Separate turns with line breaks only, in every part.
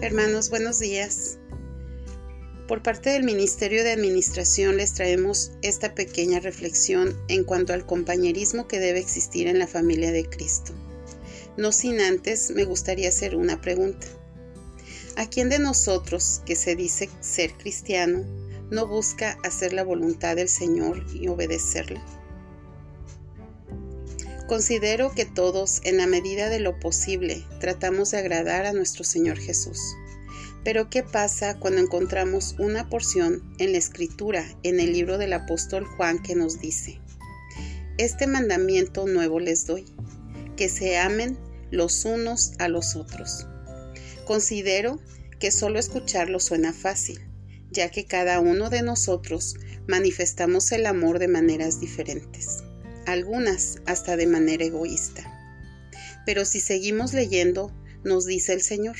Hermanos, buenos días. Por parte del Ministerio de Administración les traemos esta pequeña reflexión en cuanto al compañerismo que debe existir en la familia de Cristo. No sin antes me gustaría hacer una pregunta. ¿A quién de nosotros que se dice ser cristiano no busca hacer la voluntad del Señor y obedecerla? Considero que todos, en la medida de lo posible, tratamos de agradar a nuestro Señor Jesús. Pero ¿qué pasa cuando encontramos una porción en la Escritura, en el libro del apóstol Juan, que nos dice: Este mandamiento nuevo les doy, que se amen los unos a los otros? Considero que solo escucharlo suena fácil, ya que cada uno de nosotros manifestamos el amor de maneras diferentes, algunas hasta de manera egoísta. Pero si seguimos leyendo, nos dice el Señor: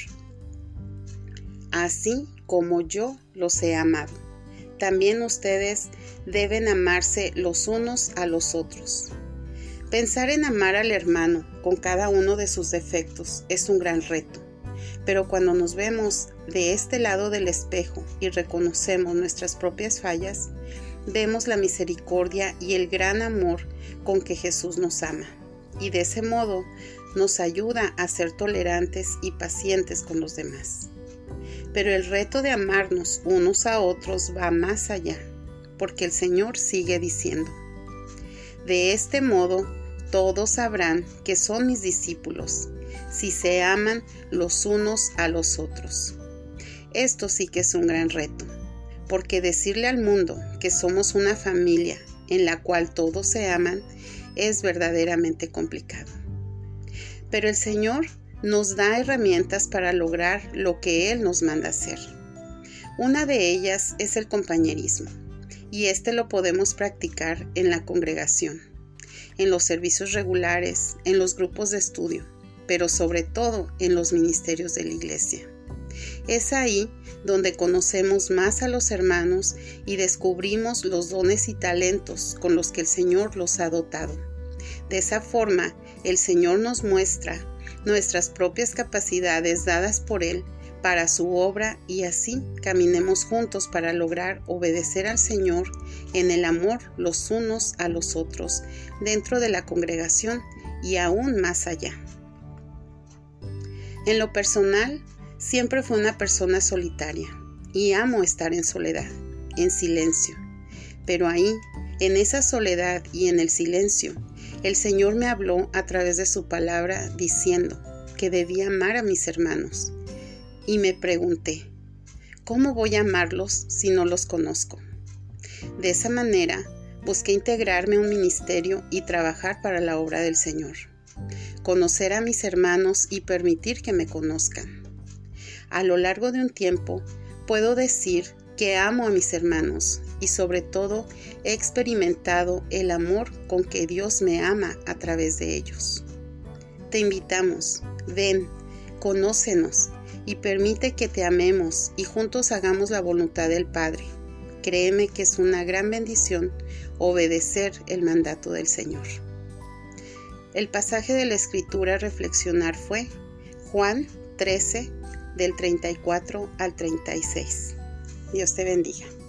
Así como yo los he amado, también ustedes deben amarse los unos a los otros. Pensar en amar al hermano con cada uno de sus defectos es un gran reto, pero cuando nos vemos de este lado del espejo y reconocemos nuestras propias fallas, vemos la misericordia y el gran amor con que Jesús nos ama, y de ese modo nos ayuda a ser tolerantes y pacientes con los demás. Pero el reto de amarnos unos a otros va más allá, porque el Señor sigue diciendo: De este modo todos sabrán que son mis discípulos, si se aman los unos a los otros. Esto sí que es un gran reto, porque decirle al mundo que somos una familia en la cual todos se aman es verdaderamente complicado. Pero el Señor nos da herramientas para lograr lo que Él nos manda hacer. Una de ellas es el compañerismo, y este lo podemos practicar en la congregación, en los servicios regulares, en los grupos de estudio, pero sobre todo en los ministerios de la iglesia. Es ahí donde conocemos más a los hermanos y descubrimos los dones y talentos con los que el Señor los ha dotado. De esa forma, el Señor nos muestra nuestras propias capacidades dadas por Él para su obra, y así caminemos juntos para lograr obedecer al Señor en el amor los unos a los otros, dentro de la congregación y aún más allá. En lo personal, siempre fui una persona solitaria y amo estar en soledad, en silencio. Pero ahí, en esa soledad y en el silencio, el Señor me habló a través de su palabra diciendo que debía amar a mis hermanos. Y me pregunté: ¿cómo voy a amarlos si no los conozco? De esa manera, busqué integrarme a un ministerio y trabajar para la obra del Señor. Conocer a mis hermanos y permitir que me conozcan. A lo largo de un tiempo, puedo decir que amo a mis hermanos y sobre todo he experimentado el amor con que Dios me ama a través de ellos. Te invitamos, ven, conócenos y permite que te amemos y juntos hagamos la voluntad del Padre. Créeme que es una gran bendición obedecer el mandato del Señor. El pasaje de la Escritura a reflexionar fue Juan 13, del 34 al 36. Dios te bendiga.